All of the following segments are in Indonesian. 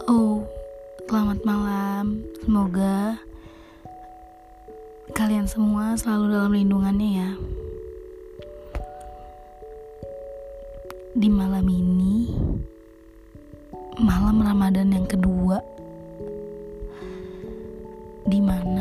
Oh, selamat malam. Semoga kalian semua selalu dalam lindungannya ya. Di malam ini, malam Ramadan yang kedua, di mana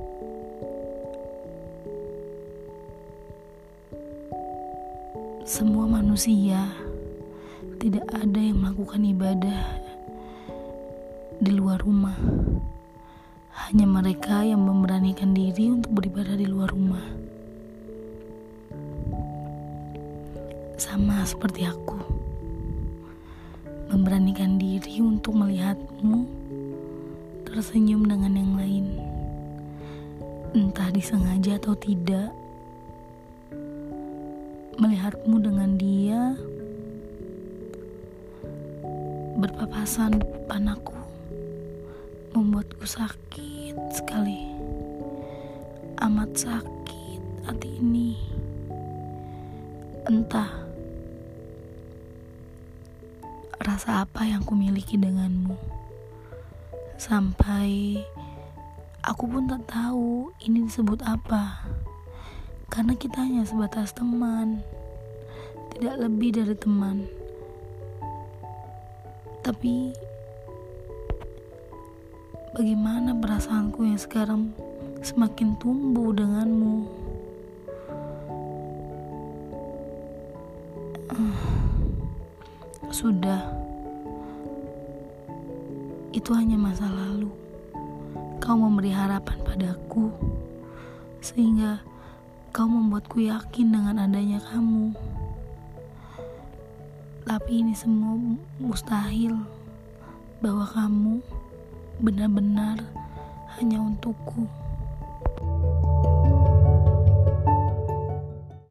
semua manusia tidak ada yang melakukan ibadah di luar rumah. Hanya mereka yang memberanikan diri untuk beribadah di luar rumah. Sama seperti aku, memberanikan diri untuk melihatmu tersenyum dengan yang lain. Entah disengaja atau tidak, melihatmu dengan dia berpapasan panaku membuatku sakit sekali. Amat sakit hati ini. Entah rasa apa yang kumiliki denganmu, sampai aku pun tak tahu ini disebut apa. Karena kita hanya sebatas teman, tidak lebih dari teman. Tapi bagaimana perasaanku yang sekarang semakin tumbuh denganmu? Sudah, itu hanya masa lalu. Kau memberi harapan padaku, sehingga kau membuatku yakin dengan adanya kamu. Tapi ini semua mustahil, bahwa kamu benar-benar hanya untukku.